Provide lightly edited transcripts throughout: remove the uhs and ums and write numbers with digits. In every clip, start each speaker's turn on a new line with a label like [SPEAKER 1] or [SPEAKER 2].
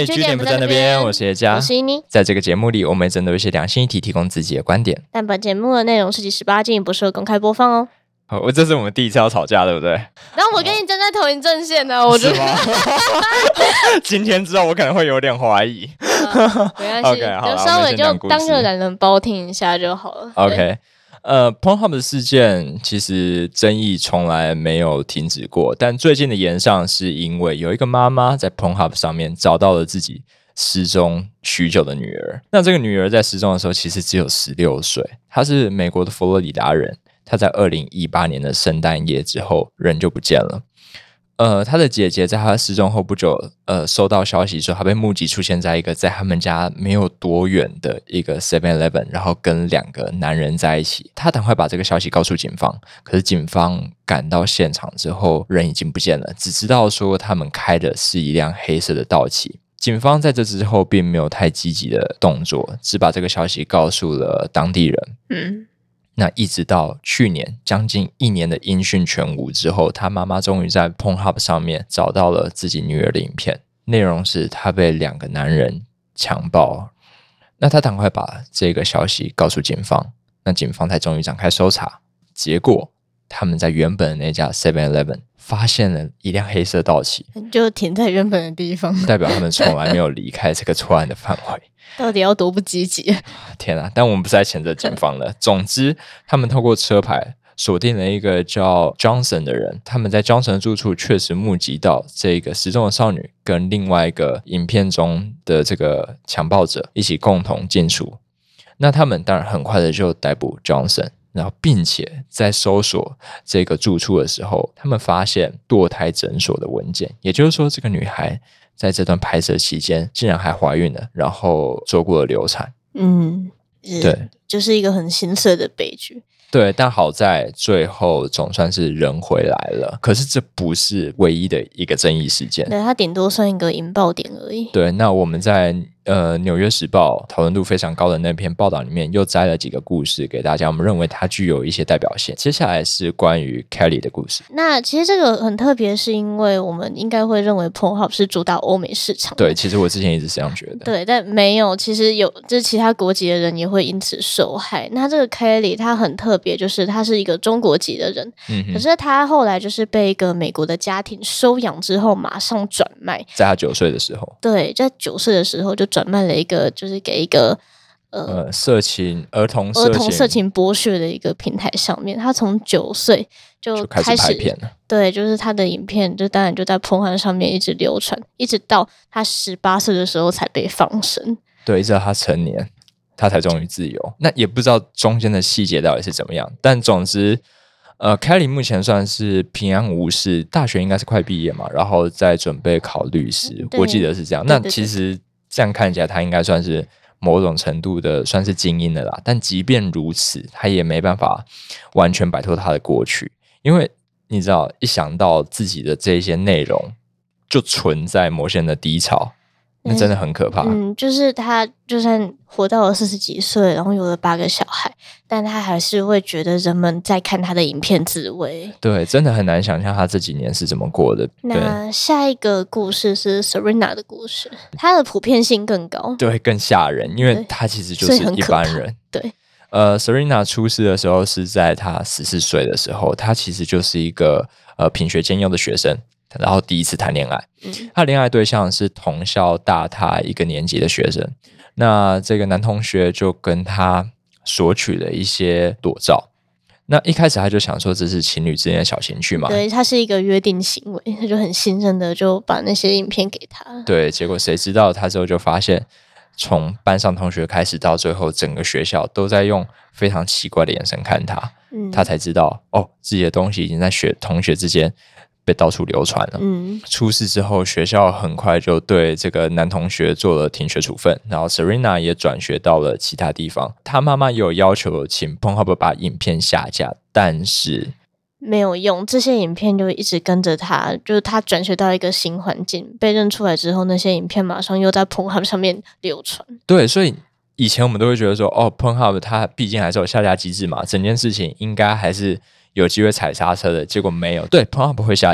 [SPEAKER 1] 嘿，据点不在那边，我是叶佳，
[SPEAKER 2] 我是依妮。
[SPEAKER 1] 在这个节目里，我们针对一些良性议题提供自己的观点，
[SPEAKER 2] 但本节目的内容是18禁，不适合公开播放哦。
[SPEAKER 1] 好，这是我们第一次要吵架，对不对？
[SPEAKER 2] 然后我跟你站在同一阵线呢，我觉得
[SPEAKER 1] 今天知道我可能会有点怀疑，
[SPEAKER 2] 没关系，
[SPEAKER 1] OK， 好
[SPEAKER 2] 就稍微就当个
[SPEAKER 1] 人
[SPEAKER 2] 懒人包听一下就好了。
[SPEAKER 1] OK， Pornhub 的事件其实争议从来没有停止过，但最近的延上是因为有一个妈妈在 Pornhub 上面找到了自己失踪许久的女儿。那这个女儿在失踪的时候其实只有16岁，她是美国的佛罗里达人。她在2018年的圣诞夜之后人就不见了。她的姐姐在她失踪后不久，收到消息说她被目击出现在一个在他们家没有多远的一个 7-Eleven， 然后跟2个男人在一起。她赶快把这个消息告诉警方，可是警方赶到现场之后人已经不见了，只知道说他们开的是一辆黑色的道奇。警方在这之后并没有太积极的动作，只把这个消息告诉了当地人。那一直到去年将近1年的音讯全无之后，他妈妈终于在 Pornhub 上面找到了自己女儿的影片，内容是她被2个男人强暴。那他赶快把这个消息告诉警方，那警方才终于展开搜查。结果他们在原本的那家 7-Eleven 发现了一辆黑色道奇，
[SPEAKER 2] 就停在原本的地方，
[SPEAKER 1] 代表他们从来没有离开这个作案的范围。
[SPEAKER 2] 到底要多不积极？
[SPEAKER 1] 天啊！但我们不是在谴责警方了。总之，他们透过车牌锁定了一个叫 Johnson 的人，他们在 Johnson 的住处确实目击到这个失踪的少女跟另外一个影片中的这个强暴者一起共同进出。那他们当然很快的就逮捕 Johnson， 然后并且在搜索这个住处的时候，他们发现堕胎诊所的文件，也就是说这个女孩在这段拍摄期间竟然还怀孕了，然后做过了流产。对，
[SPEAKER 2] 就是一个很心碎的悲剧。
[SPEAKER 1] 对，但好在最后总算是人回来了，可是这不是唯一的一个争议事件。
[SPEAKER 2] 对，它顶多算一个引爆点而已。
[SPEAKER 1] 对，那我们在纽约时报讨论度非常高的那篇报道里面又摘了几个故事给大家，我们认为它具有一些代表性。接下来是关于 Kelly 的故事。
[SPEAKER 2] 那其实这个很特别，是因为我们应该会认为 Pornhub 是主打欧美市场的。
[SPEAKER 1] 对，其实我之前一直是这样觉得。
[SPEAKER 2] 对，但没有，其实有，就是其他国籍的人也会因此受害。那这个 Kelly 他很特别，就是他是一个中国籍的人，可是他后来就是被一个美国的家庭收养之后马上转卖，
[SPEAKER 1] 在他9岁的时候。
[SPEAKER 2] 对，在9岁的时候就转卖了一个，就是给一个
[SPEAKER 1] 儿童
[SPEAKER 2] 色情剥削的一个平台上面。他从9岁就开始
[SPEAKER 1] 拍片了。
[SPEAKER 2] 对，就是他的影片就当然就在 Pornhub 上面一直流传，一直到他18岁的时候才被放生。
[SPEAKER 1] 对，一直到他成年他才终于自由。那也不知道中间的细节到底是怎么样，但总之Kelly 目前算是平安无事，大学应该是快毕业嘛，然后在准备考律师，我记得是这样。那其实这样看起来他应该算是某种程度的算是精英的啦，但即便如此他也没办法完全摆脱他的过去，因为你知道一想到自己的这些内容就存在某些人的低潮，那真的很可怕。
[SPEAKER 2] 就是他就算活到了40几岁，然后有了8个小孩，但他还是会觉得人们在看他的影片自慰。
[SPEAKER 1] 对，真的很难想象他这几年是怎么过的。
[SPEAKER 2] 那下一个故事是 Serena 的故事，他的普遍性更高，
[SPEAKER 1] 对，更吓人，因为他其实就是一般人。
[SPEAKER 2] 对。
[SPEAKER 1] Serena 出事的时候是在他14岁的时候，他其实就是一个品学兼优的学生，然后第一次谈恋爱。他恋爱对象是同校大他1个年级的学生，那这个男同学就跟他索取了一些裸照。那一开始他就想说这是情侣之间的小情趣嘛，
[SPEAKER 2] 对，他是一个约定行为，他就很信任的就把那些影片给他。
[SPEAKER 1] 对，结果谁知道他之后就发现，从班上同学开始到最后整个学校都在用非常奇怪的眼神看他。他才知道自己的东西已经在同学之间被到处流传了。出事之后学校很快就对这个男同学做了停学处分，然后 Serena 也转学到了其他地方。他妈妈也有要求请 Pornhub 把影片下架，但是
[SPEAKER 2] 没有用，这些影片就一直跟着他，就是他转学到一个新环境，被认出来之后，那些影片马上又在 Pornhub 上面流传。
[SPEAKER 1] 对，所以以前我们都会觉得说Pornhub 它毕竟还是有下架机制嘛，整件事情应该还是有机会踩刹车的，结果没有。对， Pornhub 会下架，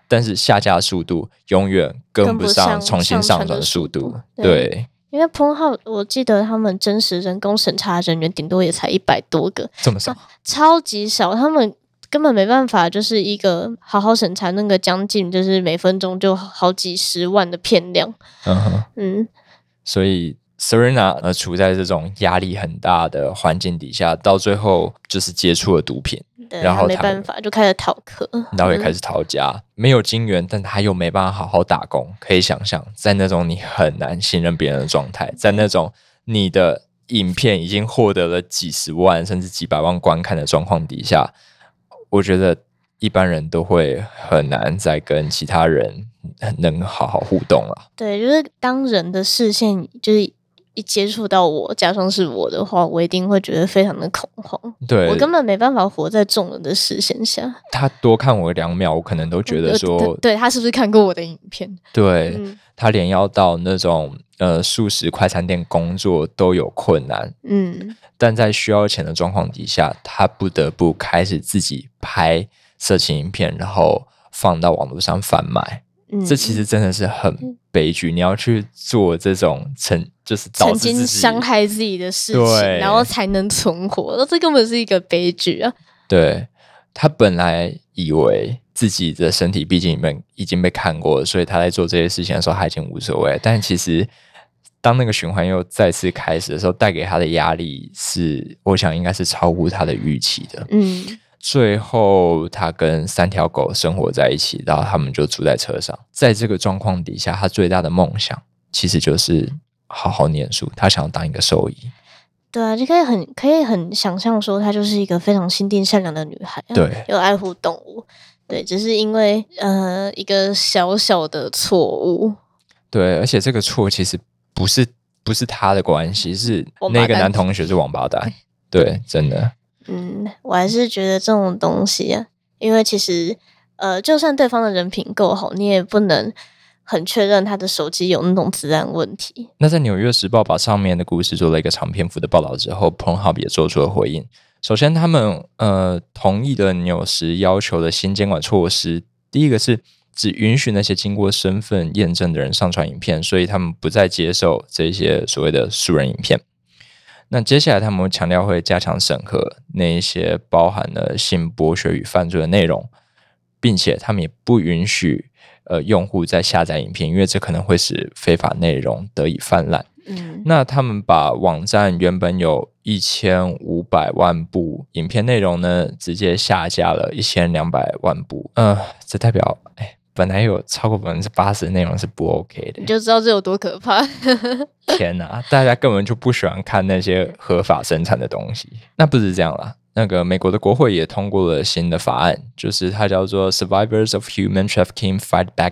[SPEAKER 1] 但是下架速度永远跟不上重新上传的速度。对，
[SPEAKER 2] 因为 Pornhub 我记得他们真实人工审查人员顶多也才100多个，
[SPEAKER 1] 这么少，
[SPEAKER 2] 超级少，他们根本没办法，就是一个好好审查那个将近就是每分钟就好几十万的片量。
[SPEAKER 1] 所以 Serena 处在这种压力很大的环境底下，到最后就是接触了毒品，然后
[SPEAKER 2] 没办法就开始逃课，
[SPEAKER 1] 然后也开始逃家，没有金援，但他又没办法好好打工。可以想象，在那种你很难信任别人的状态，在那种你的影片已经获得了几十万甚至几百万观看的状况底下，我觉得一般人都会很难再跟其他人能好好互动了。
[SPEAKER 2] 对，就是当人的视线就是一接触到我，假装是我的话，我一定会觉得非常的恐慌。
[SPEAKER 1] 对，
[SPEAKER 2] 我根本没办法活在众人的视线下。
[SPEAKER 1] 他多看我2秒，我可能都觉得说，
[SPEAKER 2] 对他是不是看过我的影片？
[SPEAKER 1] 对，他连要到那种素食快餐店工作都有困难。但在需要钱的状况底下，他不得不开始自己拍色情影片，然后放到网络上贩卖。这其实真的是很悲剧。你要去做这种就是导致自己
[SPEAKER 2] 曾经伤害自己的事情，然后才能存活，这根本是一个悲剧啊！
[SPEAKER 1] 对，他本来以为自己的身体毕竟已经被看过了，所以他在做这些事情的时候他已经无所谓。但其实当那个循环又再次开始的时候，带给他的压力是，我想应该是超乎他的预期的。最后他跟3条狗生活在一起，然后他们就住在车上。在这个状况底下，他最大的梦想其实就是好好念书，他想要当一个兽医。
[SPEAKER 2] 对啊，就可以很想象说，她就是一个非常心地善良的女孩，
[SPEAKER 1] 对，
[SPEAKER 2] 又爱护动物。对，只是因为一个小小的错误。
[SPEAKER 1] 对，而且这个错其实不是他的关系，是那个男同学是王八蛋。对，真的。
[SPEAKER 2] 我还是觉得这种东西啊，因为其实就算对方的人品够好，你也不能很确认他的手机有那种治安问题。
[SPEAKER 1] 那在《纽约时报》把上面的故事做了一个长篇幅的报道之后， Pornhub 也做出了回应。首先他们同意了纽时要求的新监管措施，第一个是只允许那些经过身份验证的人上传影片，所以他们不再接受这些所谓的素人影片。那接下来他们强调会加强审核那一些包含了性剥削与犯罪的内容，并且他们也不允许用户在下载影片，因为这可能会使非法内容得以泛滥。那他们把网站原本有1500万部影片内容呢，直接下架了1200万部。这代表本来有超过80%的内容是不 OK 的，
[SPEAKER 2] 你就知道这有多可怕。
[SPEAKER 1] 天哪，大家根本就不喜欢看那些合法生产的东西。那不是这样啦，那个美国的国会也通过了新的法案，就是它叫做 Survivors of Human Trafficking Fight Back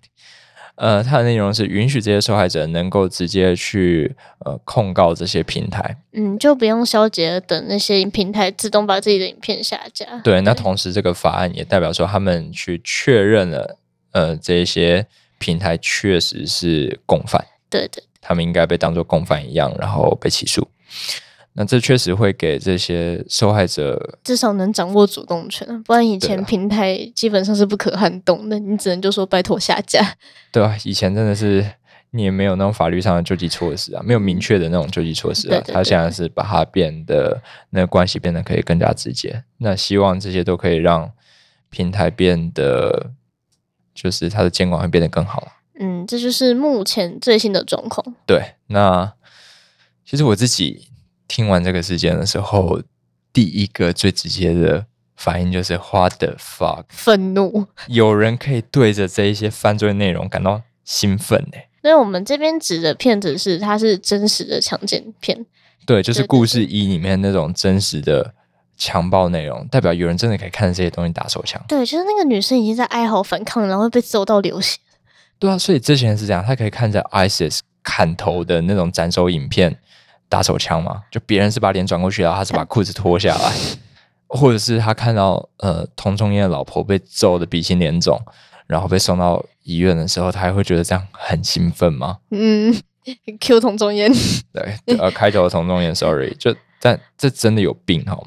[SPEAKER 1] Act。它的内容是允许这些受害者能够直接去控告这些平台，
[SPEAKER 2] 就不用消极等那些平台自动把自己的影片下架。
[SPEAKER 1] 对，那同时这个法案也代表说他们去确认了这些平台确实是共犯，
[SPEAKER 2] 对，
[SPEAKER 1] 他们应该被当作共犯一样，然后被起诉。那这确实会给这些受害者
[SPEAKER 2] 至少能掌握主动权，不然以前平台基本上是不可撼动的，你只能就说拜托下架。
[SPEAKER 1] 对啊，以前真的是你也没有那种法律上的救济措施啊，没有明确的那种救济措施啊。他现在是把它变得那个关系变得可以更加直接。那希望这些都可以让平台变得就是它的监管会变得更好。
[SPEAKER 2] 这就是目前最新的状况。
[SPEAKER 1] 对，那其实我自己听完这个事件的时候，第一个最直接的反应就是 What the fuck，
[SPEAKER 2] 愤怒。
[SPEAKER 1] 有人可以对着这一些犯罪内容感到兴奋
[SPEAKER 2] 所以我们这边指的片子是它是真实的强奸片，
[SPEAKER 1] 对，就是故事1里面那种真实的强暴内容，代表有人真的可以看着这些东西打手枪。
[SPEAKER 2] 对，就是那个女生已经在哀嚎反抗，然后被揍到流血。
[SPEAKER 1] 对啊，所以之前是这样，他可以看着 ISIS 砍头的那种斩首影片打手枪嘛，就别人是把脸转过去，然后他是把裤子脱下来，或者是他看到童仲彦的老婆被揍的鼻青脸肿，然后被送到医院的时候，他还会觉得这样很兴奋吗
[SPEAKER 2] ？Q 童仲彦，
[SPEAKER 1] 对，开头的童仲彦 ，sorry， 但这真的有病好吗？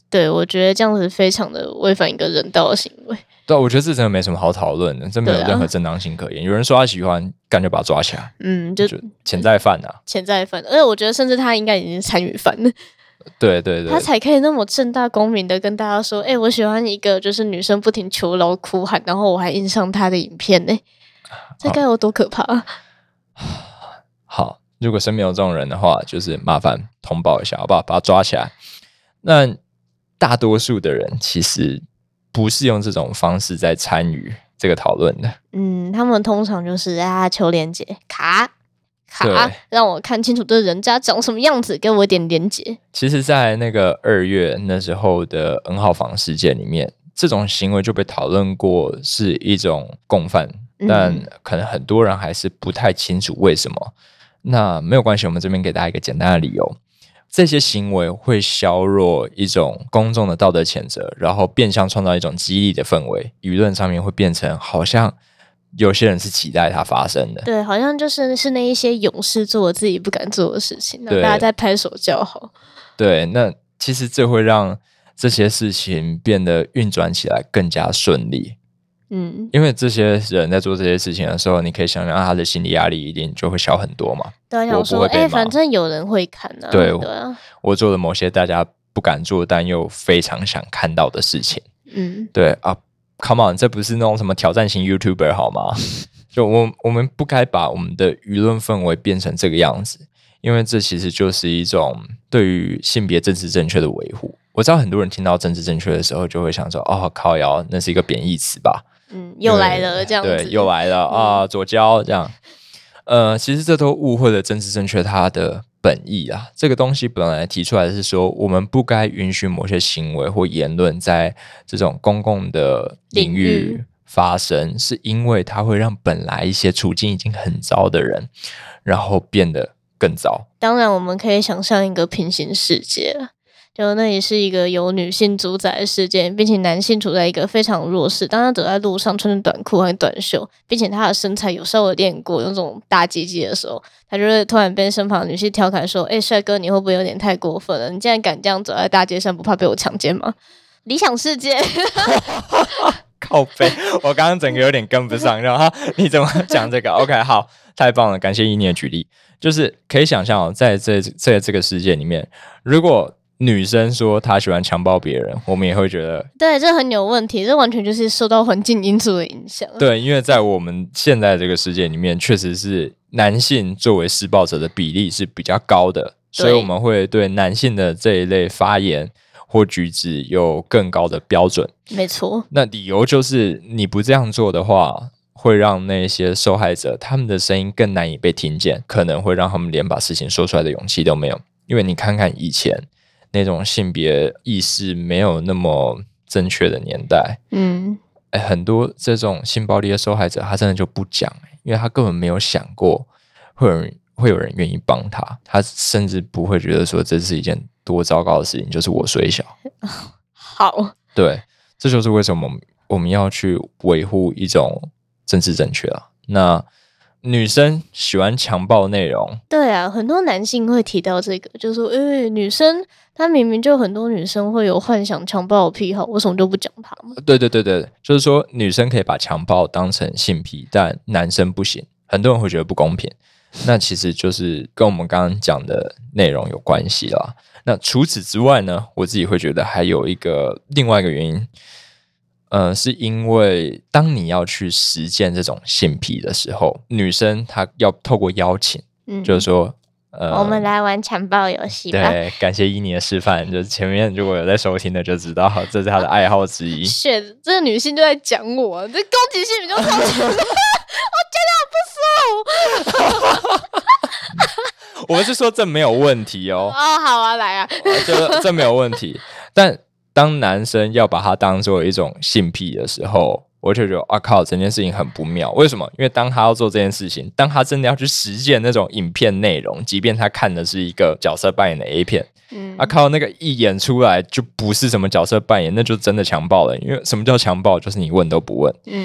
[SPEAKER 2] 对，我觉得这样子非常的违反一个人道的行为。
[SPEAKER 1] 对，我觉得这真的没什么好讨论的，这没有任何正当性可言。有人说他喜欢，干就把他抓起来。就潜在犯啊，
[SPEAKER 2] 潜在犯。而且我觉得，甚至他应该已经是参与犯了。
[SPEAKER 1] 对对对，
[SPEAKER 2] 他才可以那么正大光明的跟大家说：“我喜欢一个就是女生不停求饶哭喊，然后我还印上他的影片呢。”这该有多可怕啊！
[SPEAKER 1] 好，如果身边有这种人的话，就是麻烦通报一下，好不好？把他抓起来。那大多数的人其实不是用这种方式在参与这个讨论的。
[SPEAKER 2] 他们通常就是求连结卡，让我看清楚这人家长什么样子，给我一点连结。
[SPEAKER 1] 其实，在那个2月那时候的N号房事件里面，这种行为就被讨论过是一种共犯，但可能很多人还是不太清楚为什么。那没有关系，我们这边给大家一个简单的理由。这些行为会削弱一种公众的道德谴责，然后变相创造一种激励的氛围，舆论上面会变成好像有些人是期待它发生的。
[SPEAKER 2] 对，好像就是那一些勇士做了自己不敢做的事情，大家在拍手叫好。
[SPEAKER 1] 对，那其实这会让这些事情变得运转起来更加顺利。因为这些人在做这些事情的时候，你可以想象他的心理压力一定就会小很多嘛。
[SPEAKER 2] 对，想说反正有人会看啊。
[SPEAKER 1] 对啊，我做了某些大家不敢做但又非常想看到的事情。对啊 ，Come on， 这不是那种什么挑战型 YouTuber 好吗？就我们不该把我们的舆论氛围变成这个样子，因为这其实就是一种对于性别政治正确的维护。我知道很多人听到政治正确的时候，就会想说：“哦，靠腰，那是一个贬义词吧？”
[SPEAKER 2] 又来了这样子。
[SPEAKER 1] 对，又来了啊，左交这样。其实这都误会了政治正确它的本意啊。这个东西本来提出来的是说，我们不该允许某些行为或言论在这种公共的领域发生，是因为它会让本来一些处境已经很糟的人，然后变得更糟。
[SPEAKER 2] 当然，我们可以想象一个平行世界了。就那也是一个由女性主宰的事件，并且男性处在一个非常弱势。当他走在路上穿着短裤和短袖，并且他的身材有稍微练过那种大鸡鸡的时候，他就会突然被身旁的女性调侃说：“帅哥，你会不会有点太过分了？你竟然敢这样走在大街上，不怕被我强奸吗？”理想世界。
[SPEAKER 1] 靠背，我刚刚整个有点跟不上，然后你怎么讲这个 ？OK， 好，太棒了，感谢依妮的举例。就是可以想象在这个世界里面，如果女生说她喜欢强暴别人，我们也会觉得
[SPEAKER 2] 对，这很有问题，这完全就是受到环境因素的影响。
[SPEAKER 1] 对，因为在我们现在这个世界里面，确实是男性作为施暴者的比例是比较高的，所以我们会对男性的这一类发言或举止有更高的标准。
[SPEAKER 2] 没错，
[SPEAKER 1] 那理由就是你不这样做的话，会让那些受害者他们的声音更难以被听见，可能会让他们连把事情说出来的勇气都没有。因为你看看以前那种性别意识没有那么正确的年代，很多这种性暴力的受害者他真的就不讲，因为他根本没有想过会有人愿意帮他，他甚至不会觉得说这是一件多糟糕的事情，就是我衰小。
[SPEAKER 2] 好，
[SPEAKER 1] 对，这就是为什么我们要去维护一种政治正确啊。那女生喜欢强暴内容，对
[SPEAKER 2] 啊，很多男性会提到这个，就说女生她明明就很多女生会有幻想强暴的癖好，为什么就不讲她吗？
[SPEAKER 1] 对，就是说女生可以把强暴当成性癖，但男生不行，很多人会觉得不公平。那其实就是跟我们刚刚讲的内容有关系啦。那除此之外呢，我自己会觉得还有另外一个原因，是因为当你要去实践这种性癖的时候，女生她要透过邀请，就是说
[SPEAKER 2] 我们来玩强暴游戏吧。
[SPEAKER 1] 对，感谢依妮的示范，就是前面如果有在收听的就知道这是她的爱好之一。
[SPEAKER 2] 这个女性就在讲我，这攻击性比较超强，我觉得不舒服。
[SPEAKER 1] 我们是说这没有问题哦。
[SPEAKER 2] 好啊，来啊，
[SPEAKER 1] 这没有问题。但当男生要把它当做一种性癖的时候，我就觉得靠，整件事情很不妙。为什么？因为当他要做这件事情，当他真的要去实践那种影片内容，即便他看的是一个角色扮演的 A 片，靠，那个一演出来就不是什么角色扮演，那就真的强暴了。因为什么叫强暴？就是你问都不问。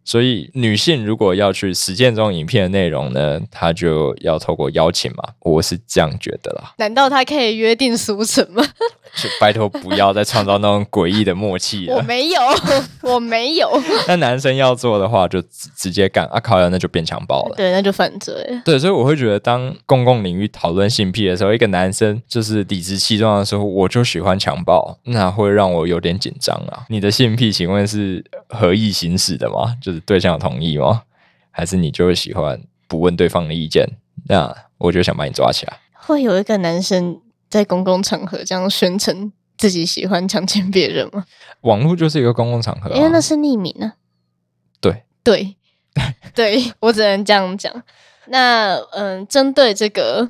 [SPEAKER 1] 所以女性如果要去实践这种影片的内容呢，她就要透过邀请嘛，我是这样觉得啦。
[SPEAKER 2] 难道她可以约定俗成吗？
[SPEAKER 1] 就拜托不要再创造那种诡异的默契了。
[SPEAKER 2] 我没有，我没有。
[SPEAKER 1] 那男生要做的话就直接干啊，靠腰那就变强暴了。
[SPEAKER 2] 对，那就犯罪。
[SPEAKER 1] 对，所以我会觉得当公共领域讨论性癖的时候，一个男生就是理直气壮的时候，我就喜欢强暴，那会让我有点紧张啊。你的性癖请问是合意行使的吗？就是对象有同意吗？还是你就会喜欢不问对方的意见？那我就想把你抓起来。
[SPEAKER 2] 会有一个男生在公共场合这样宣称自己喜欢强奸别人吗？
[SPEAKER 1] 网络就是一个公共场合、啊，
[SPEAKER 2] 因为那是匿名啊。对对，我只能这样讲。那针对这个，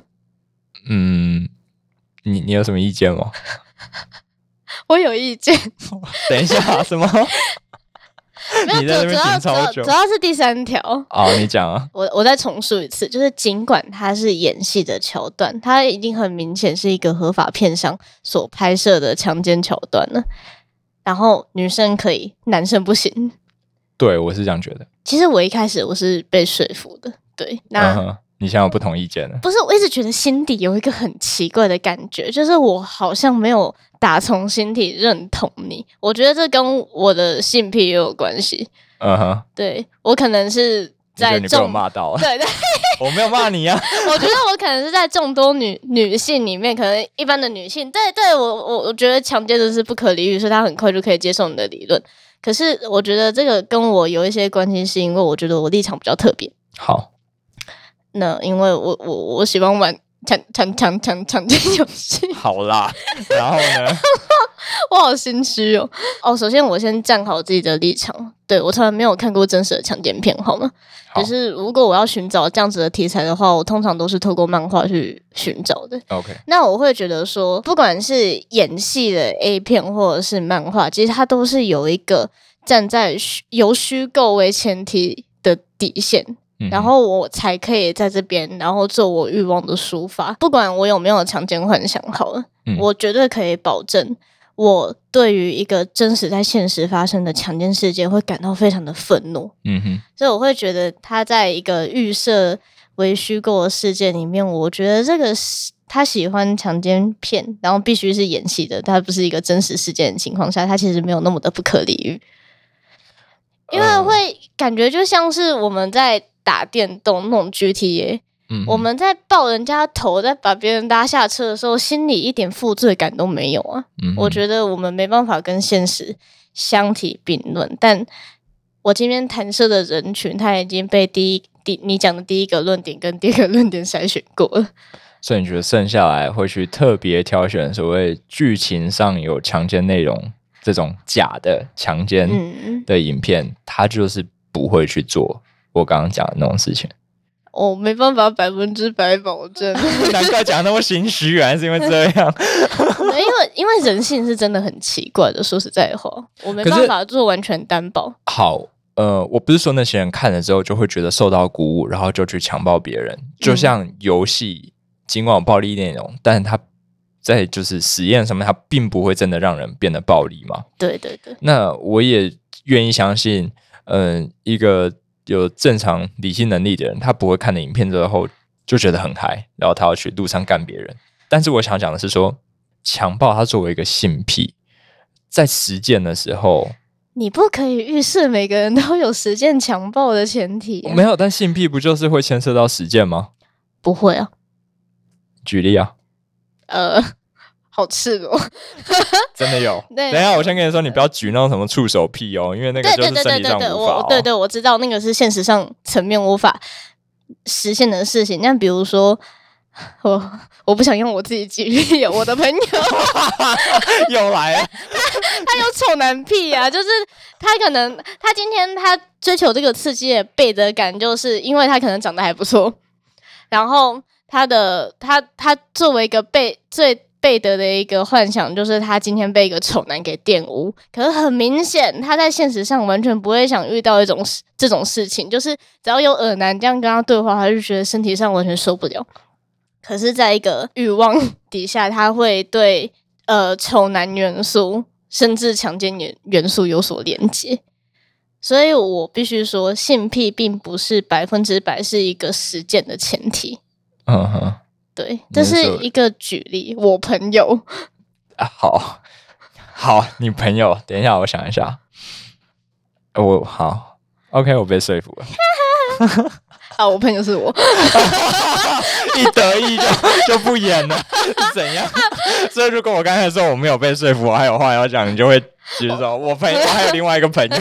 [SPEAKER 1] 你有什么意见吗？
[SPEAKER 2] 我有意见。
[SPEAKER 1] 等一下，什么？你在那边停超久，
[SPEAKER 2] 主要是第3条。
[SPEAKER 1] 哦，你讲啊。
[SPEAKER 2] 我再重述一次，就是尽管它是演戏的桥段，它已经很明显是一个合法片商所拍摄的强奸桥段了，然后女生可以，男生不行。
[SPEAKER 1] 对，我是这样觉得。
[SPEAKER 2] 其实我一开始我是被说服的，对。那、
[SPEAKER 1] 你现在有不同意见了？
[SPEAKER 2] 不是，我一直觉得心底有一个很奇怪的感觉，就是我好像没有打从心底认同你。我觉得这跟我的性癖也有关系。对，我可能是在
[SPEAKER 1] 你被我骂到了。
[SPEAKER 2] 对，
[SPEAKER 1] 我没有骂你啊。
[SPEAKER 2] 我觉得我可能是在众多女性里面，可能一般的女性，对我觉得强奸的是不可理喻，所以她很快就可以接受你的理论。可是我觉得这个跟我有一些关系，是因为我觉得我立场比较特别。
[SPEAKER 1] 好，
[SPEAKER 2] 那因为我喜欢玩强奸游戏。
[SPEAKER 1] 好啦，然后呢？
[SPEAKER 2] 我好心虚哦。首先我先站好自己的立场，对，我从来没有看过真实的强奸片，好吗？可是如果我要寻找这样子的题材的话，我通常都是透过漫画去寻找的。
[SPEAKER 1] OK，
[SPEAKER 2] 那我会觉得说，不管是演戏的 A 片或者是漫画，其实它都是有一个站在由虚构为前提的底线。然后我才可以在这边，然后做我欲望的抒发。不管我有没有强奸幻想好了，我绝对可以保证，我对于一个真实在现实发生的强奸事件会感到非常的愤怒。所以我会觉得他在一个预设为虚构的事件里面，我觉得这个他喜欢强奸片，然后必须是演戏的，他不是一个真实事件的情况下，他其实没有那么的不可理喻。因为会感觉就像是我们在打电动那种 GTA，我们在抱人家头，在把别人拉下车的时候，心里一点负罪感都没有啊。我觉得我们没办法跟现实相提并论，但我今天弹射的人群，他已经被你讲的第一个论点跟第二个论点筛选过了。
[SPEAKER 1] 所以你觉得剩下来会去特别挑选所谓剧情上有强奸内容这种假的强奸的影片，他就是不会去做我刚刚讲的那种事情。
[SPEAKER 2] 我没办法100%保证。
[SPEAKER 1] 难怪讲那么心虚，原来是因为这样。
[SPEAKER 2] 因为人性是真的很奇怪的，说实在话，我没办法做完全担保。
[SPEAKER 1] 好，我不是说那些人看了之后就会觉得受到鼓舞，然后就去强暴别人。就像游戏，尽管有暴力内容，但是它在就是实验上面，它并不会真的让人变得暴力嘛。
[SPEAKER 2] 对对对。
[SPEAKER 1] 那我也愿意相信，一个有正常理性能力的人，他不会看了影片之后就觉得很嗨，然后他要去路上干别人。但是我想讲的是说，强暴它作为一个性癖，在实践的时候，
[SPEAKER 2] 你不可以预设每个人都有实践强暴的前提
[SPEAKER 1] 没有，但性癖不就是会牵涉到实践吗？
[SPEAKER 2] 不会啊。
[SPEAKER 1] 举例啊。
[SPEAKER 2] 好赤裸。
[SPEAKER 1] 真的有。等一下，我先跟你说，你不要举那种什么触手癖哦，因为那个就是身体上无法。
[SPEAKER 2] 对，我知道那个是现实上层面无法实现的事情。那比如说，我不想用我自己举例，我的朋友
[SPEAKER 1] 又来了。
[SPEAKER 2] 他有丑男癖啊，就是他可能他今天他追求这个刺激的背德感，就是因为他可能长得还不错，然后他作为一个最背德的一个幻想，就是他今天被一个丑男给玷污。可是很明显，他在现实上完全不会想遇到这种事情，就是只要有恶男这样跟他对话，他就觉得身体上完全受不了。可是在一个欲望底下，他会对丑男元素甚至强奸元素有所连结。 所以我必须说，性癖并不是100%是一个实践的前提。
[SPEAKER 1] 嗯哼，
[SPEAKER 2] 对，这是一个举例。我朋友
[SPEAKER 1] 啊，好，你朋友，等一下，我想一下。好 ，OK， 我被说服了。
[SPEAKER 2] 啊，我朋友是我，
[SPEAKER 1] 一得意就不演了，是怎样？所以如果我刚才说我没有被说服，我还有话要讲，你就会举手。我还有另外一个朋友。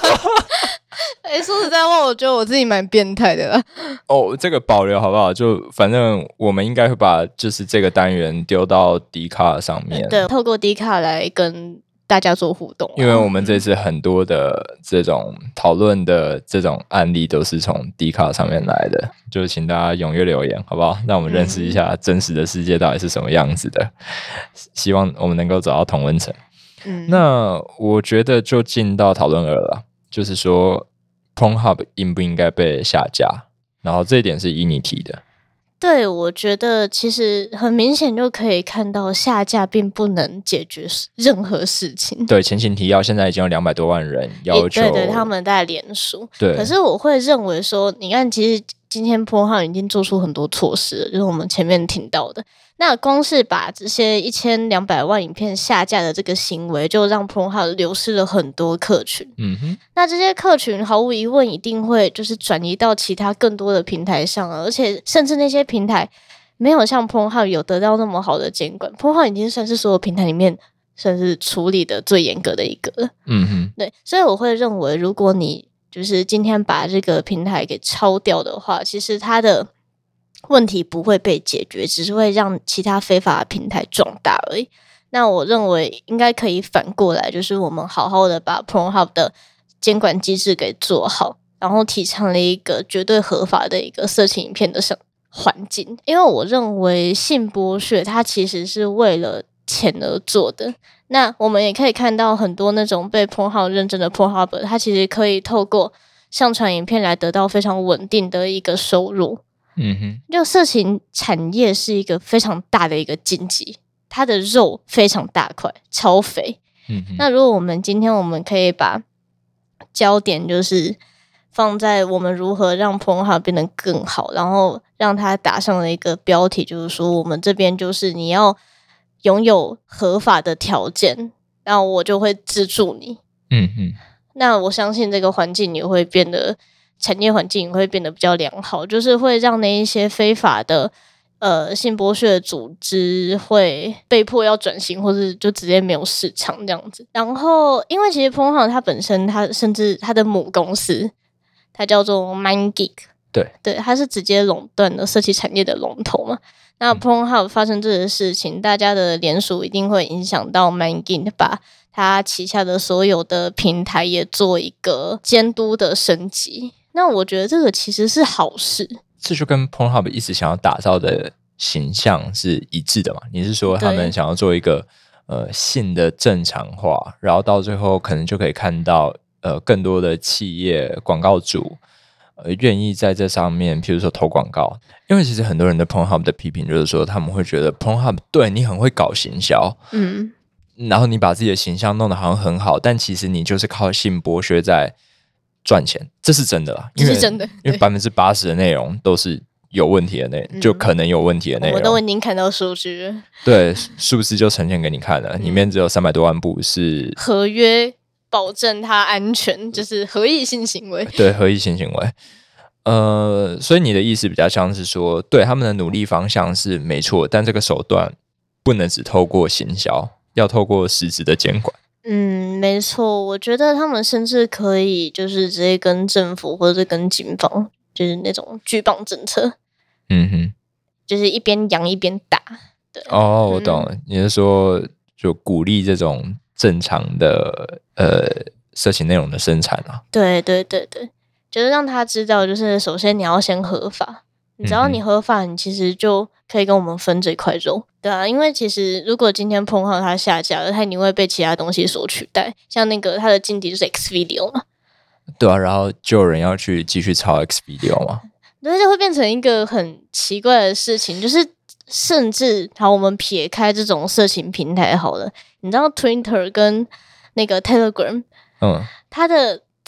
[SPEAKER 2] 说实在话，我觉得我自己蛮变态的啦。
[SPEAKER 1] 这个保留好不好？就反正我们应该会把就是这个单元丢到 Dcard 上面，
[SPEAKER 2] 对，透过 Dcard 来跟大家做互动，
[SPEAKER 1] 因为我们这次很多的这种讨论的这种案例都是从 Dcard 上面来的，就请大家踊跃留言，好不好？让我们认识一下真实的世界到底是什么样子的。希望我们能够找到同温层。那我觉得就进到讨论2了，就是说 Pornhub 应不应该被下架？然后这一点是依你提的。
[SPEAKER 2] 对，我觉得其实很明显就可以看到下架并不能解决任何事情。
[SPEAKER 1] 对，前情提要，现在已经有200多万人要求，
[SPEAKER 2] 对，他们在联署。
[SPEAKER 1] 对，
[SPEAKER 2] 可是我会认为说，你看，其实今天Pornhub已经做出很多措施了，就是我们前面听到的。那光是把这些1200万影片下架的这个行为，就让Pornhub流失了很多客群。那这些客群毫无疑问一定会就是转移到其他更多的平台上，而且甚至那些平台没有像Pornhub有得到那么好的监管。Pornhub已经算是所有平台里面算是处理的最严格的一个了。对，所以我会认为，如果你就是今天把这个平台给抄掉的话，其实它的问题不会被解决，只是会让其他非法的平台壮大而已。那我认为应该可以反过来，就是我们好好的把 Pornhub 的监管机制给做好，然后提倡了一个绝对合法的一个色情影片的环境。因为我认为性剥削它其实是为了钱而做的。那我们也可以看到很多那种被 Pornhub 认证的 Pornhub， 它其实可以透过上传影片来得到非常稳定的一个收入。就色情产业是一个非常大的一个经济，它的肉非常大块，超肥。那如果我们今天我们可以把焦点就是放在我们如何让 Pornhub 变得更好，然后让它打上了一个标题，就是说我们这边就是你要拥有合法的条件，那我就会资助你。那我相信这个环境也会变得，产业环境也会变得比较良好，就是会让那一些非法的性剥削的组织会被迫要转型，或是就直接没有市场这样子。然后因为其实 Pornhub 它本身它甚至它的母公司它叫做 MindGeek， 对，它是直接垄断了色情产业的龙头嘛。那 Pornhub 发生这个事情，大家的联署一定会影响到 MindGeek， 把它旗下的所有的平台也做一个监督的升级。那我觉得这个其实是好事，
[SPEAKER 1] 这就跟 Pornhub 一直想要打造的形象是一致的嘛？你是说他们想要做一个性的正常化，然后到最后可能就可以看到更多的企业广告主愿意在这上面，譬如说投广告。因为其实很多人对 Pornhub 的批评就是说，他们会觉得 Pornhub 对你很会搞行销，然后你把自己的形象弄得好像很好，但其实你就是靠性剥削在赚钱，这是真的啦，
[SPEAKER 2] 这是真的，
[SPEAKER 1] 因为80%的内容都是有问题的内容，就可能有问题的内容。
[SPEAKER 2] 我都已经看到数据了，
[SPEAKER 1] 对，数字就呈现给你看了，里面只有300多万部是
[SPEAKER 2] 合约保证它安全，就是合意性行为。
[SPEAKER 1] 对，合意性行为。所以你的意思比较像是说，对，他们的努力方向是没错，但这个手段不能只透过行销，要透过实质的监管。
[SPEAKER 2] 没错，我觉得他们甚至可以就是直接跟政府或者跟警方，就是那种举报政策，就是一边扬一边打。对，
[SPEAKER 1] 我懂了，你是说就鼓励这种正常的色情内容的生产啊？
[SPEAKER 2] 对，就是让他知道，就是首先你要先合法，只要你合法，你其实就可以跟我们分这块肉，对啊。因为其实如果今天Pornhub它下架了，它一定会被其他东西所取代，像那个它的劲敌就是 Xvideo 嘛，
[SPEAKER 1] 对啊，然后就有人要去继续抄 Xvideo 嘛，
[SPEAKER 2] 对，就会变成一个很奇怪的事情，就是甚至好，我们撇开这种色情平台好了，你知道 Twitter 跟那个 Telegram，它的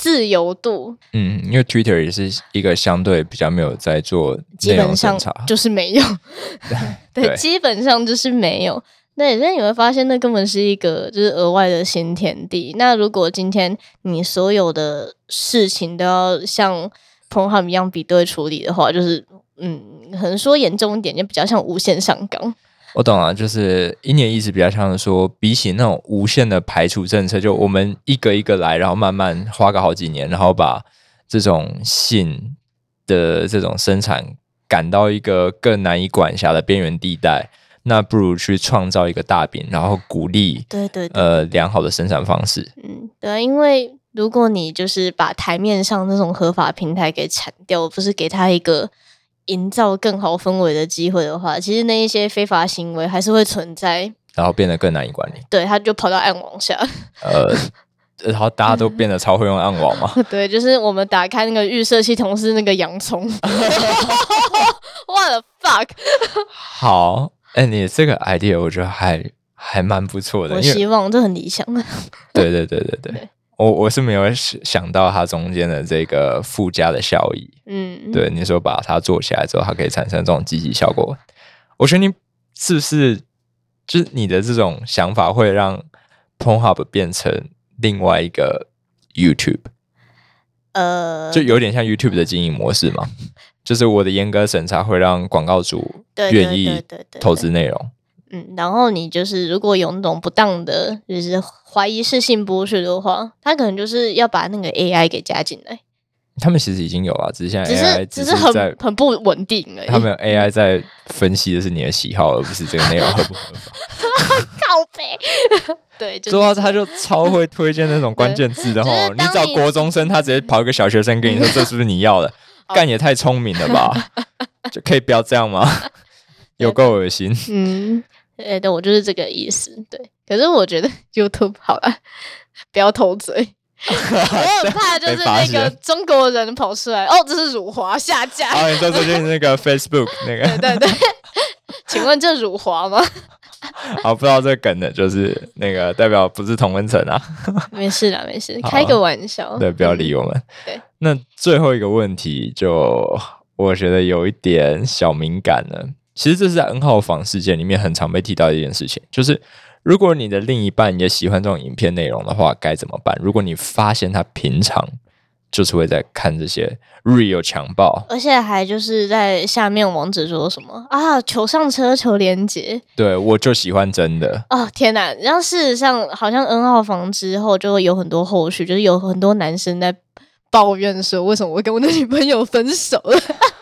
[SPEAKER 2] 自由度。
[SPEAKER 1] 因为 Twitter 也是一个相对比较没有在做内容审查，
[SPEAKER 2] 基本上就是没有。对，基本上就是没有。对，所以你会发现那根本是一个就是额外的新天地。那如果今天你所有的事情都要像 Pornhub 一样比对处理的话，就是可能说严重一点，就比较像无限上纲。
[SPEAKER 1] 我懂了，就是以你的意思比较像是说，比起那种无限的排除政策，就我们一个一个来，然后慢慢花个好几年，然后把这种性的这种生产赶到一个更难以管辖的边缘地带。那不如去创造一个大饼，然后鼓励良好的生产方式。
[SPEAKER 2] 对，因为如果你就是把台面上那种合法平台给铲掉，不是给他一个营造更好氛围的机会的话，其实那一些非法行为还是会存在，
[SPEAKER 1] 然后变得更难以管理。
[SPEAKER 2] 对，他就跑到暗网下。
[SPEAKER 1] 然后大家都变得超会用暗网嘛。
[SPEAKER 2] 对，就是我们打开那个预设系统是那个洋葱。What the fuck？
[SPEAKER 1] 好。你这个 idea 我觉得还蛮不错的。
[SPEAKER 2] 我希望这很理想。
[SPEAKER 1] 对，我是没有想到它中间的这个附加的效益。对，你说把它做起来之后，它可以产生这种积极效果。我觉得你是不是就是你的这种想法会让 Pornhub 变成另外一个 YouTube？就有点像 YouTube 的经营模式嘛。就是我的严格审查会让广告主愿意投资内容。
[SPEAKER 2] 然后你就是如果有那种不当的，就是怀疑是性剥削的话，他可能就是要把那个 AI 给加进来。
[SPEAKER 1] 他们其实已经有了，只是现在 AI
[SPEAKER 2] 只是很不稳定而已。
[SPEAKER 1] 他们 AI 在分析的是你的喜好，而不是这个内容合不合法。
[SPEAKER 2] 靠北。对，
[SPEAKER 1] 之后他就超会推荐那种关键字的吼，你找国中生，他直接跑一个小学生跟你说这是不是你要的？干也太聪明了吧！就可以不要这样吗？有够恶心。
[SPEAKER 2] 对，我就是这个意思。对，可是我觉得 YouTube 好了，不要偷嘴。我很怕就是那个中国人跑出来，这是辱华下架。
[SPEAKER 1] 你说最近那个 Facebook 那个，
[SPEAKER 2] 对，请问这辱华吗？
[SPEAKER 1] 好，不知道这个梗的，就是那个代表不是同温层啊。
[SPEAKER 2] 没事啦，没事，开个玩笑。
[SPEAKER 1] 对，不要理我们。
[SPEAKER 2] 对，
[SPEAKER 1] 那最后一个问题，就我觉得有一点小敏感了。其实这是在 N 号房事件里面很常被提到的一件事情，就是如果你的另一半也喜欢这种影片内容的话，该怎么办？如果你发现他平常就是会在看这些 real 强暴，
[SPEAKER 2] 而且还就是在下面网址说什么求上车求连结。
[SPEAKER 1] 对，我就喜欢真的。
[SPEAKER 2] 天哪！然后事实上好像 N 号房之后就会有很多后续，就是有很多男生在抱怨说为什么我跟我的女朋友分手了。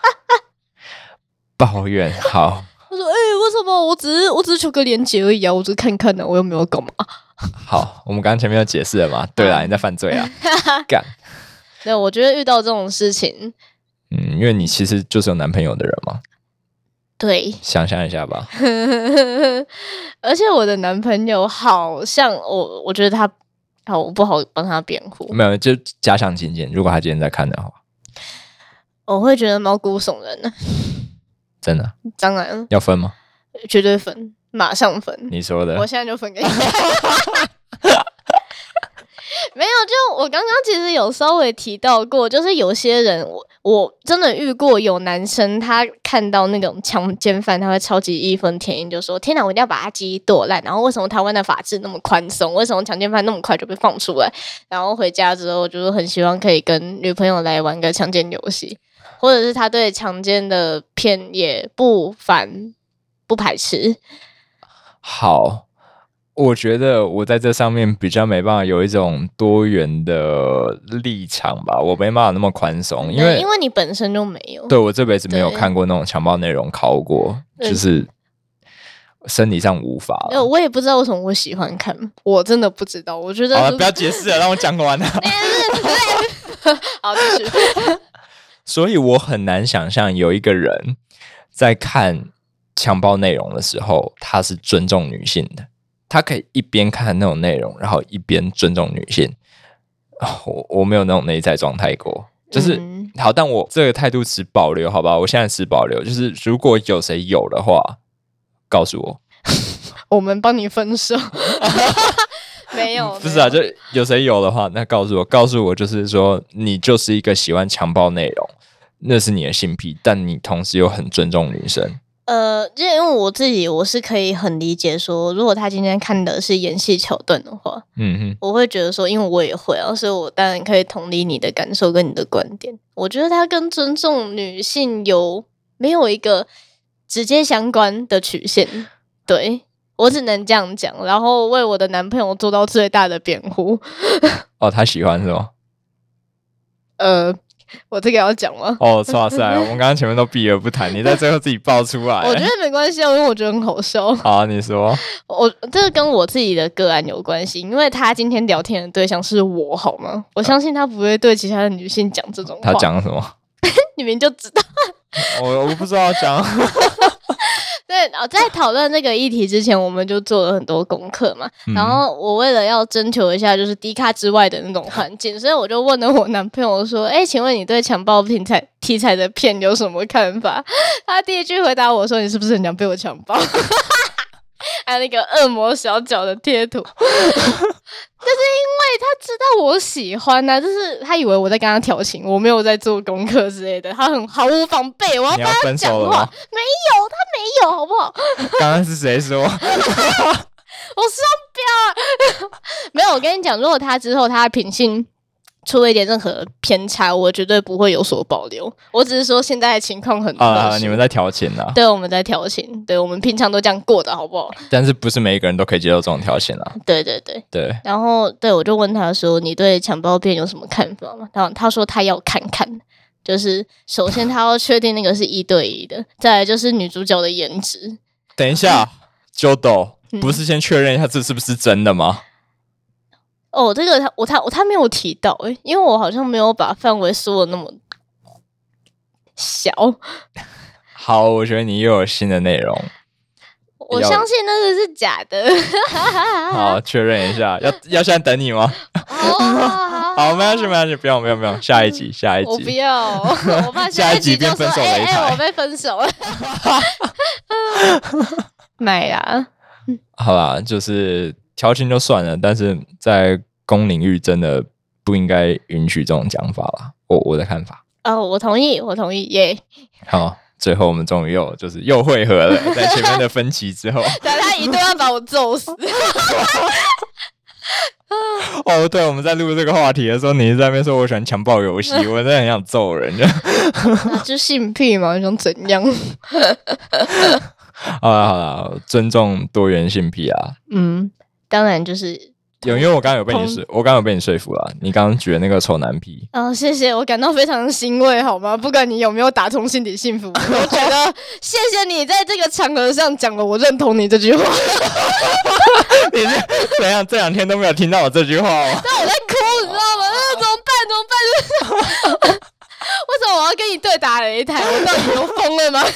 [SPEAKER 1] 抱怨。好，
[SPEAKER 2] 他说为什么我只是求个连结而已啊，我只是看看呢，我又没有干嘛。
[SPEAKER 1] 好，我们刚刚前面有解释了嘛？对啦，你在犯罪啊。干。
[SPEAKER 2] 对，我觉得遇到这种事情，
[SPEAKER 1] 因为你其实就是有男朋友的人嘛。
[SPEAKER 2] 对，
[SPEAKER 1] 想象一下吧。
[SPEAKER 2] 而且我的男朋友好像我觉得我不好帮他辩护。
[SPEAKER 1] 没有，就假想情景，如果他今天在看的话，
[SPEAKER 2] 我会觉得毛骨悚然的。
[SPEAKER 1] 真的？
[SPEAKER 2] 当然
[SPEAKER 1] 要分吗？
[SPEAKER 2] 绝对分，马上分。
[SPEAKER 1] 你说的，
[SPEAKER 2] 我现在就分给你。没有，就我刚刚其实有稍微提到过，就是有些人我真的遇过有男生，他看到那种强奸犯，他会超级义愤填膺，就说：“天哪，我一定要把他鸡剁烂！”然后为什么台湾的法制那么宽松？为什么强奸犯那么快就被放出来？然后回家之后，就是很希望可以跟女朋友来玩个强奸游戏，或者是他对强奸的片也不排斥。
[SPEAKER 1] 好。我觉得我在这上面比较没办法有一种多元的立场吧，我没办法那么宽松，因为
[SPEAKER 2] 你本身就没有，
[SPEAKER 1] 对，我这辈子没有看过那种强暴内容考过，就是生理上无法了。
[SPEAKER 2] 我也不知道为什么我喜欢看，我真的不知道。我觉得
[SPEAKER 1] 好了，不要解释了，让我讲完了。
[SPEAKER 2] 好，继续。
[SPEAKER 1] 所以我很难想象有一个人在看强暴内容的时候，他是尊重女性的。他可以一边看那种内容，然后一边尊重女性。我没有那种内在状态过，就是好，但我这个态度持保留，好吧？我现在持保留，就是如果有谁有的话，告诉我，
[SPEAKER 2] 我们帮你分手。 没有，
[SPEAKER 1] 不是啊，就有谁有的话，那告诉我，就是说你就是一个喜欢强暴内容，那是你的性癖，但你同时又很尊重女生。
[SPEAKER 2] 因为我是可以很理解说，如果他今天看的是演戏桥段的话，我会觉得说，因为我也会啊，所以我当然可以同理你的感受跟你的观点。我觉得他跟尊重女性没有一个直接相关的曲线，对，我只能这样讲，然后为我的男朋友做到最大的辩护。
[SPEAKER 1] 哦，他喜欢是吗？
[SPEAKER 2] 我这个要讲吗？
[SPEAKER 1] 哦，哇塞，我们刚刚前面都避而不谈，你在最后自己爆出来。
[SPEAKER 2] 我觉得没关系，因为我觉得很好笑。
[SPEAKER 1] 好，你说。
[SPEAKER 2] 这个跟我自己的个案有关系，因为他今天聊天的对象是我，好吗？我相信他不会对其他的女性讲这种话。
[SPEAKER 1] 他讲什么？
[SPEAKER 2] 你们就知道。
[SPEAKER 1] 我不知道讲。
[SPEAKER 2] 对，在讨论这个议题之前，我们就做了很多功课嘛。然后我为了要征求一下就是低卡之外的那种环境，所以我就问了我男朋友说：“请问你对强暴题材的片有什么看法？”他第一句回答我说：“你是不是很想被我强暴？”还有那个恶魔小脚的贴图。就是因为他知道我喜欢啊，就是他以为我在跟他调情，我没有在做功课之类的，他很毫无防备，我要跟他讲话，没有，他没有，好不好？
[SPEAKER 1] 刚刚是谁说？我
[SPEAKER 2] 双标。没有，我跟你讲，如果他之后他的品性出了一点任何偏差，我绝对不会有所保留。我只是说现在的情况很
[SPEAKER 1] 你们在调情啊？
[SPEAKER 2] 对，我们在调情，对，我们平常都这样过的好不好？
[SPEAKER 1] 但是不是每一个人都可以接受这种调情啊？
[SPEAKER 2] 对。然后我就问他说：“你对强暴片有什么看法吗？”然后他说他要看看，就是首先他要确定那个是1对1的，再来就是女主角的颜值。
[SPEAKER 1] 等一下，Jodo，不是先确认一下这是不是真的吗？
[SPEAKER 2] 哦，这个他没有提到因为我好像没有把范围缩的那么小。
[SPEAKER 1] 好，我觉得你又有新的内容。
[SPEAKER 2] 我相信那个是假的。
[SPEAKER 1] 好，确认一下，要现在等你吗？好，没关系，不用，下一集。
[SPEAKER 2] 我不要，我怕下一集就说我被分手了。买啦。
[SPEAKER 1] 好啦，就是调情就算了，但是在公领域真的不应该允许这种讲法啦。我的看法。
[SPEAKER 2] 我同意耶。
[SPEAKER 1] 好，最后我们终于又汇合了，在前面的分歧之后。
[SPEAKER 2] 他一定要把我揍死。
[SPEAKER 1] 哦，对，我们在录这个话题的时候，你在那边说我喜欢强暴游戏，我真的很想揍人。
[SPEAKER 2] 就性癖嘛，你想怎样？
[SPEAKER 1] 好啦，尊重多元性癖啊。
[SPEAKER 2] 当然就是
[SPEAKER 1] 因为我刚刚有被你说服了。你刚刚举的那个丑男癖。
[SPEAKER 2] 谢谢，我感到非常欣慰，好吗？不管你有没有打从心底幸福，我觉得谢谢你在这个场合上讲了我认同你这句话。
[SPEAKER 1] 你是怎样这2天都没有听到我这句话吗？
[SPEAKER 2] 但我在哭，你知道吗？怎么办？为什么我要跟你对打擂台？我到底有疯了吗？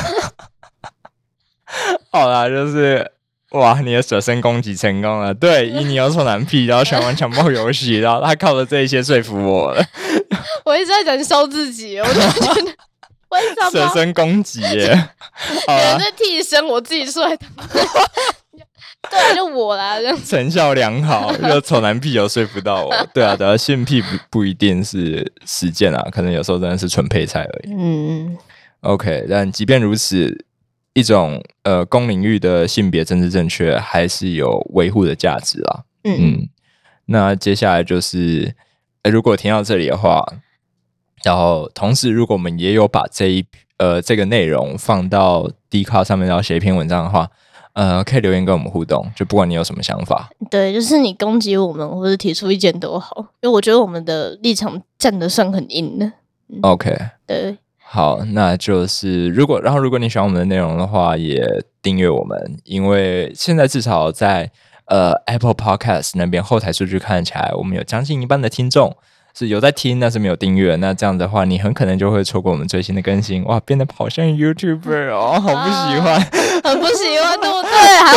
[SPEAKER 1] 好啦，就是哇，你的舍身攻击成功了。对，以你有臭男癖，然后喜欢玩强暴游戏，然后他靠着这一些说服我了。
[SPEAKER 2] 我一直在燃烧自己，我就觉得为什么
[SPEAKER 1] 舍身攻击耶？
[SPEAKER 2] 有人在替身，我自己出来。对啊，就我啦，这样
[SPEAKER 1] 成效良好。就丑男癖有说服到我。对啊，性癖不一定是实践啊，可能有时候真的是纯配菜而已。OK， 但即便如此，一种公领域的性别政治正确还是有维护的价值啦。那接下来就是如果听到这里的话，然后同时如果我们也有把这个内容放到 Dcard 上面，然后写一篇文章的话，可以留言跟我们互动，就不管你有什么想法。对，就是你攻击我们或者提出意见都好，因为我觉得我们的立场站得算很硬的。OK， 对。好，那就是如果你喜欢我们的内容的话，也订阅我们，因为现在至少在Apple Podcast 那边后台数据看起来，我们有将近一半的听众是有在听，但是没有订阅。那这样的话，你很可能就会错过我们最新的更新。哇，变得好像 YouTuber 哦，好不喜欢，很不喜欢，对不对？